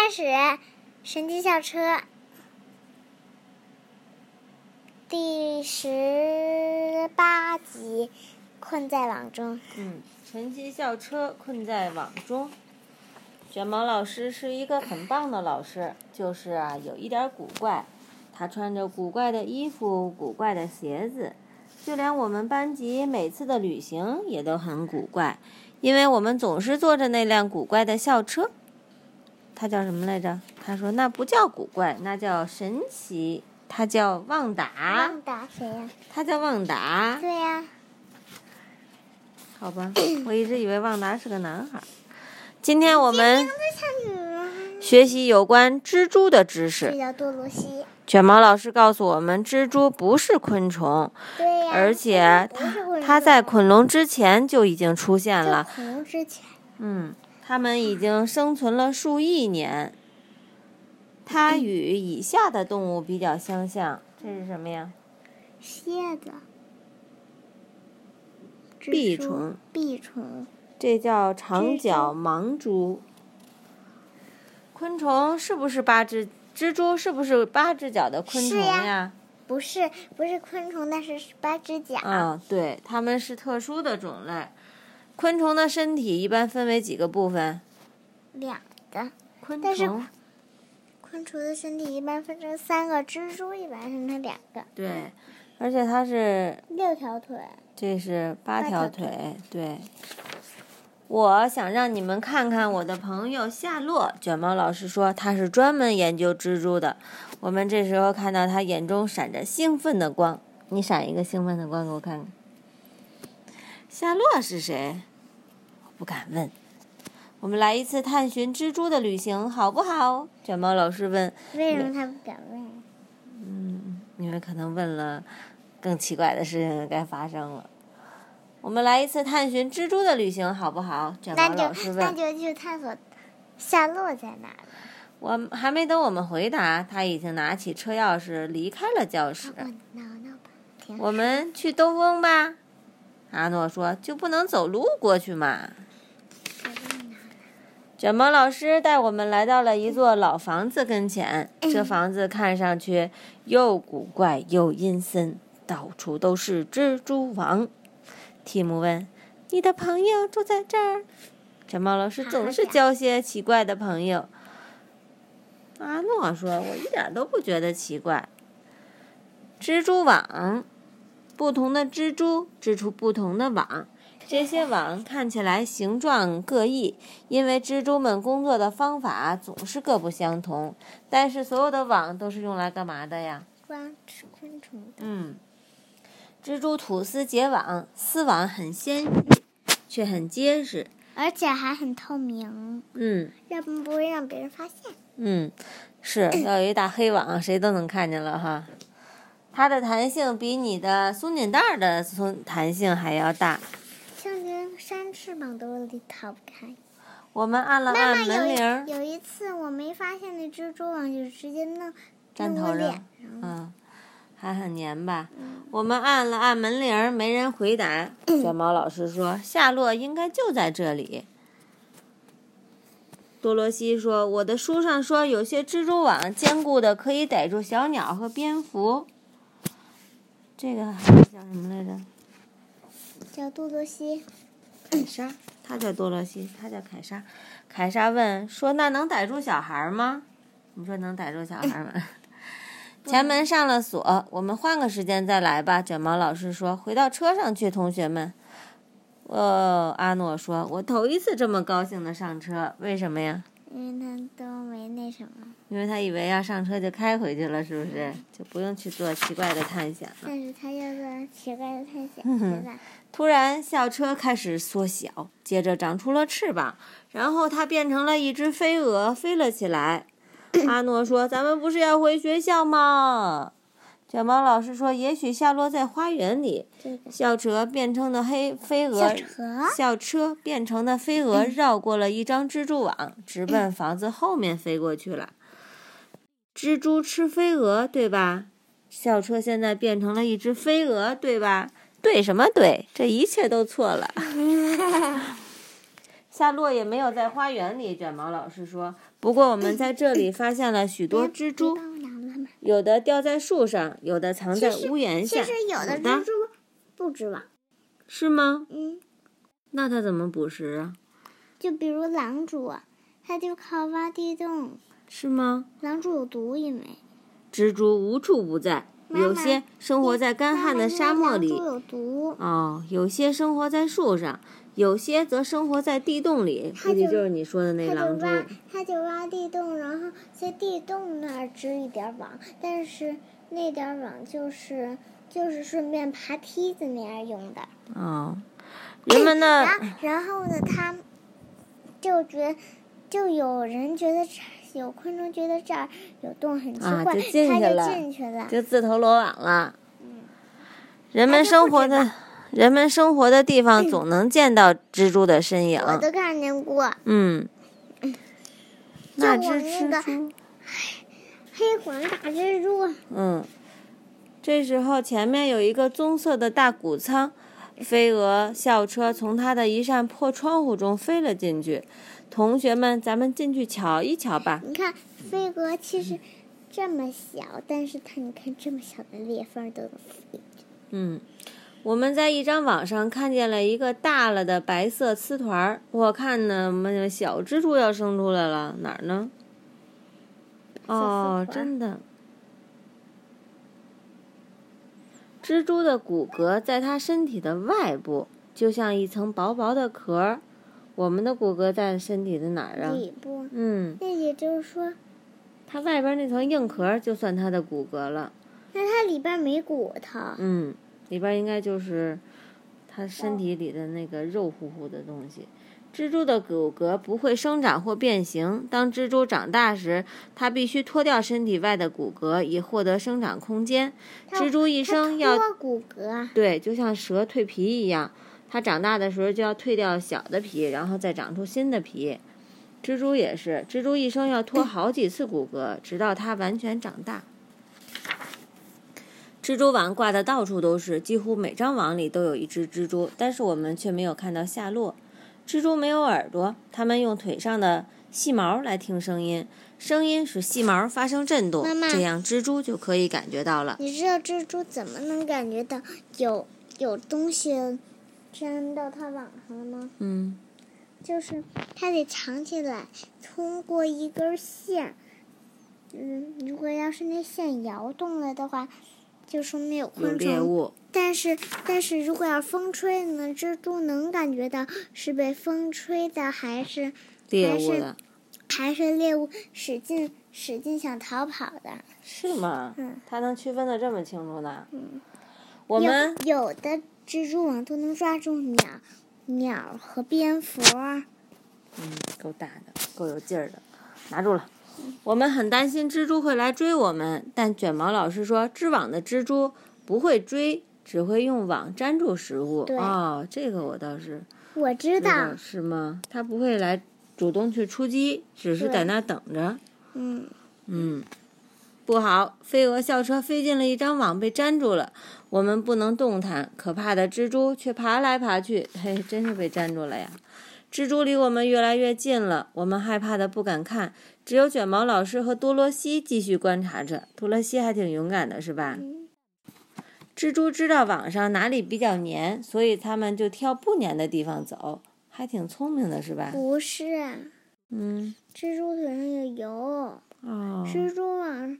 始神奇校车第18集困在网中。 神奇校车困在网中。卷毛老师是一个很棒的老师，就是有一点古怪，他穿着古怪的衣服，古怪的鞋子，就连我们班级每次的旅行也都很古怪，因为我们总是坐着那辆古怪的校车。它叫什么来着？他说那不叫古怪，那叫神奇，它叫旺达。 旺达谁呀？ 他叫旺达。 对呀。 好吧，我一直以为旺达是个男孩。今天我们学习有关蜘蛛的知识。 这叫多罗西。 卷毛老师告诉我们，蜘蛛不是昆虫， 对呀， 而且它在恐龙之前就已经出现了。 恐龙之前。 它们已经生存了数亿年。它与以下的动物比较相像，这是什么呀？ 蝎子。 蜱虫。 蜱虫。 这叫长角盲蛛。昆虫是不是蜘蛛是不是8只脚的昆虫呀？ 不是昆虫，但是8只脚。 对，它们是特殊的种类。昆虫的身体一般分为几个部分 ？2个。 但是昆虫的身体一般分成3个，蜘蛛一般分成2个。 对，而且它是 6条腿。 这是8条腿。对。我想让你们看看我的朋友夏洛。卷毛老师说他是专门研究蜘蛛的。我们这时候看到他眼中闪着兴奋的光。你闪一个兴奋的光给我看看。夏洛是谁？我不敢问。我们来一次探寻蜘蛛的旅行好不好？卷毛老师问。 为什么他不敢问？ 因为可能问了更奇怪的事情该发生了。我们来一次探寻蜘蛛的旅行好不好？卷毛老师问。 那就去探索夏洛在哪了。 还没等我们回答，他已经拿起车钥匙离开了教室。我们去兜风吧。阿诺说，就不能走路过去嘛。卷毛老师带我们来到了一座老房子跟前。这房子看上去又古怪又阴森，到处都是蜘蛛网。提姆问，你的朋友住在这儿？卷毛老师总是交些奇怪的朋友。阿诺说，我一点都不觉得奇怪。蜘蛛网，不同的蜘蛛织出不同的网，这些网看起来形状各异，因为蜘蛛们工作的方法总是各不相同。但是所有的网都是用来干嘛的呀？ 吃昆虫的。 蜘蛛吐丝结网，丝网很纤细，却很结实， 而且还很透明。要不然不会让别人发现。 是要有一大黑网，谁都能看见了哈。它的弹性比你的松紧带的弹性还要大， 像连扇翅膀都逃不开。 我们按了按门铃。 有一次我没发现那蜘蛛网，就直接粘头上。还很黏吧？我们按了按门铃，没人回答。卷毛老师说，夏洛应该就在这里。多罗西说，我的书上说有些蜘蛛网坚固的可以逮住小鸟和蝙蝠。这个孩子叫什么来着？ 叫多罗西。 凯莎。他叫多罗西，他叫凯莎。凯莎问说，那能逮住小孩吗？你说能逮住小孩吗？前门上了锁，我们换个时间再来吧。卷毛老师说，回到车上去，同学们。阿诺说，我头一次这么高兴的上车，为什么呀？ 因为他都没那什么。 因为他以为要上车就开回去了，是不是？就不用去做奇怪的探险了。 但是他要做奇怪的探险，对吧？ 突然，校车开始缩小，接着长出了翅膀，然后它变成了一只飞蛾，飞了起来。阿诺说，咱们不是要回学校吗？卷毛老师说，也许夏洛在花园里。校车变成的飞蛾，校车变成的飞蛾绕过了一张蜘蛛网，直奔房子后面飞过去了。蜘蛛吃飞蛾，对吧？校车现在变成了一只飞蛾，对吧？对什么对？这一切都错了。 夏洛也没有在花园里，卷毛老师说。不过我们在这里发现了许多蜘蛛，有的吊在树上，有的藏在屋檐下。 其实有的蜘蛛不织网。 是吗？那它怎么捕食啊？ 就比如狼蛛，它就靠挖地洞。 是吗？ 狼蛛有毒，因为蜘蛛无处不在，有些生活在干旱的沙漠里。 狼蛛有毒。 有些生活在树上，有些则生活在地洞里。估计就是你说的那狼蛛。 它就挖地洞，然后在地洞那儿织一点网，但是那点网就是顺便爬梯子那样用的。 人们呢？ 然后呢，他就有人觉得有昆虫觉得这儿有洞很奇怪， 就进去了， 就自投罗网了。人们生活的地方总能见到蜘蛛的身影。 我都看见过。 那只蜘蛛， 黑黄大蜘蛛。 这时候前面有一个棕色的大谷仓，飞蛾校车从它的一扇破窗户中飞了进去。同学们，咱们进去瞧一瞧吧。 你看，飞蛾其实这么小，但是你看这么小的裂缝都能飞。 我们在一张网上看见了一个大了的白色丝团，我看呢，我们小蜘蛛要生出来了，哪儿呢？真的。蜘蛛的骨骼在它身体的外部，就像一层薄薄的壳。我们的骨骼在身体的哪儿啊？ 底部。 那也就是说， 它外边那层硬壳就算它的骨骼了。 那它里边没骨头。 里边应该就是它身体里的那个肉乎乎的东西。蜘蛛的骨骼不会生长或变形。当蜘蛛长大时，它必须脱掉身体外的骨骼，以获得生长空间。蜘蛛一生要脱骨骼。 对，就像蛇蜕皮一样，它长大的时候就要蜕掉小的皮，然后再长出新的皮。蜘蛛也是，蜘蛛一生要脱好几次骨骼，直到它完全长大。蜘蛛网挂的到处都是，几乎每张网里都有一只蜘蛛，但是我们却没有看到夏洛。蜘蛛没有耳朵，它们用腿上的细毛来听声音，声音使细毛发生震动，这样蜘蛛就可以感觉到了。 你知道蜘蛛怎么能感觉到有东西粘到它网上了吗？就是它得藏起来，通过一根线。如果要是那线摇动了的话，就说明有昆虫。 有猎物。 但是如果要风吹呢，蜘蛛能感觉到是被风吹的还是猎物的， 还是猎物使劲想逃跑的。 是吗？它能区分得这么清楚呢？ 有的蜘蛛网都能抓住鸟和蝙蝠。 够大的，够有劲儿的，拿住了。我们很担心蜘蛛会来追我们，但卷毛老师说，织网的蜘蛛不会追，只会用网粘住食物。这个我倒是我知道。 是吗？它不会来主动去出击，只是在那等着。不好，飞蛾校车飞进了一张网，被粘住了。我们不能动弹，可怕的蜘蛛却爬来爬去。真是被粘住了呀！蜘蛛离我们越来越近了，我们害怕的不敢看。只有卷毛老师和多罗西继续观察着。多罗西还挺勇敢的，是吧？蜘蛛知道网上哪里比较黏，所以它们就挑不黏的地方走，还挺聪明的，是吧？ 不是。蜘蛛腿上有油。蜘蛛网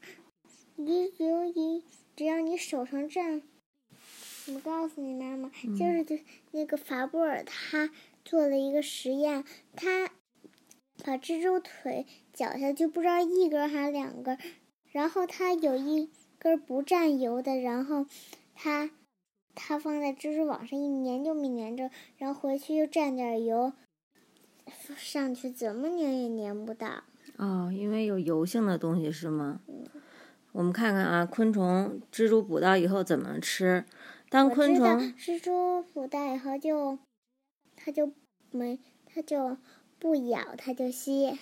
只要你手上沾。我告诉你妈妈，就是那个法布尔他做了一个实验，他把蜘蛛腿绞下就不知道一根还是两根，然后他有一根不沾油的，然后他放在蜘蛛网上一粘就没粘着，然后回去又蘸点油上去，怎么粘也粘不到。 因为有油性的东西是吗？我们看看啊，昆虫蜘蛛捕到以后怎么吃？当昆虫蜘蛛捕到以后它就不咬，它就吸。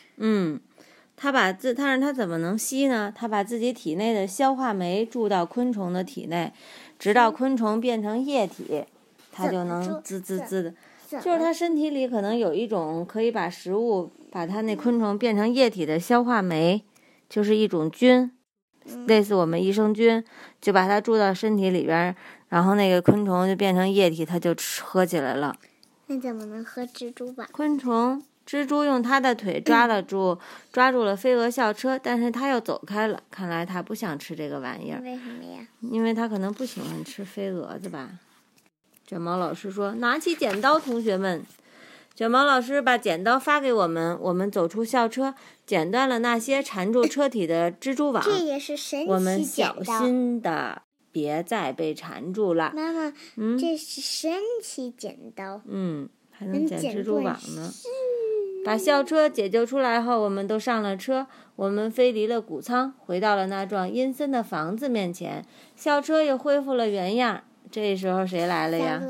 但是它怎么能吸呢？它把自己体内的消化酶注到昆虫的体内，直到昆虫变成液体，它就能滋滋滋的。 就是它身体里可能有一种可以把食物把它那昆虫变成液体的消化酶，就是一种菌，类似我们益生菌，就把它注到身体里边，然后那个昆虫就变成液体，它就喝起来了。 那怎么能喝蜘蛛吧？ 蜘蛛用它的腿抓住了飞蛾校车，但是它又走开了，看来它不想吃这个玩意儿。 为什么呀？ 因为它可能不喜欢吃飞蛾子吧。卷毛老师说：“拿起剪刀，同学们。”卷毛老师把剪刀发给我们，我们走出校车，剪断了那些缠住车体的蜘蛛网。 这也是神奇剪刀。 我们小心的，别再被缠住了。 妈妈，这是神奇剪刀。 还能剪蜘蛛网呢。把校车解救出来后，我们都上了车。我们飞离了谷仓，回到了那幢阴森的房子面前。校车又恢复了原样。这时候谁来了呀？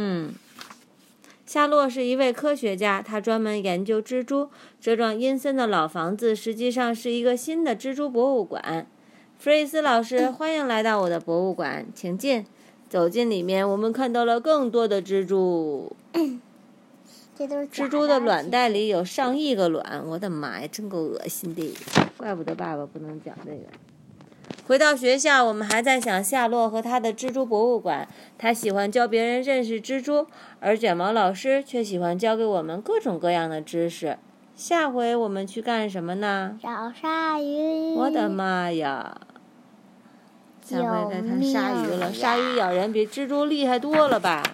夏洛是一位科学家，他专门研究蜘蛛。这幢阴森的老房子实际上是一个新的蜘蛛博物馆。弗瑞斯老师，欢迎来到我的博物馆，请进。走进里面，我们看到了更多的蜘蛛。 这都是蜘蛛的卵袋里有上亿个卵，我的妈呀，真够恶心的！怪不得爸爸不能讲这个。回到学校，我们还在想夏洛和他的蜘蛛博物馆。他喜欢教别人认识蜘蛛，而卷毛老师却喜欢教给我们各种各样的知识。下回我们去干什么呢？ 找鲨鱼。 我的妈呀！下回该看鲨鱼了。鲨鱼咬人比蜘蛛厉害多了吧？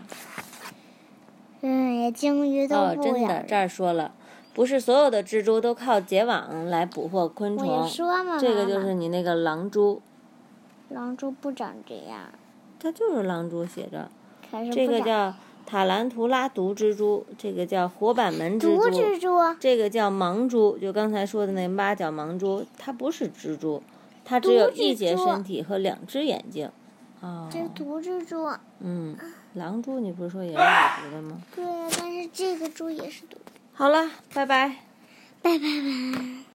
鲸鱼都不咬人。 真的，这儿说了。不是所有的蜘蛛都靠结网来捕获昆虫。 我说嘛， 这个就是你那个狼蛛。 狼蛛不长这样。 它就是狼蛛写着。 可是这个叫塔兰图拉毒蜘蛛，这个叫活板门蜘蛛。 毒蜘蛛。 这个叫盲蛛，就刚才说的那八角盲蛛，它不是蜘蛛，它只有一节身体和2只眼睛。 这是毒蜘蛛。 狼蛛你不是说也是有毒的吗？ 对呀，但是这个蛛也是毒。 好了，拜拜。 拜拜。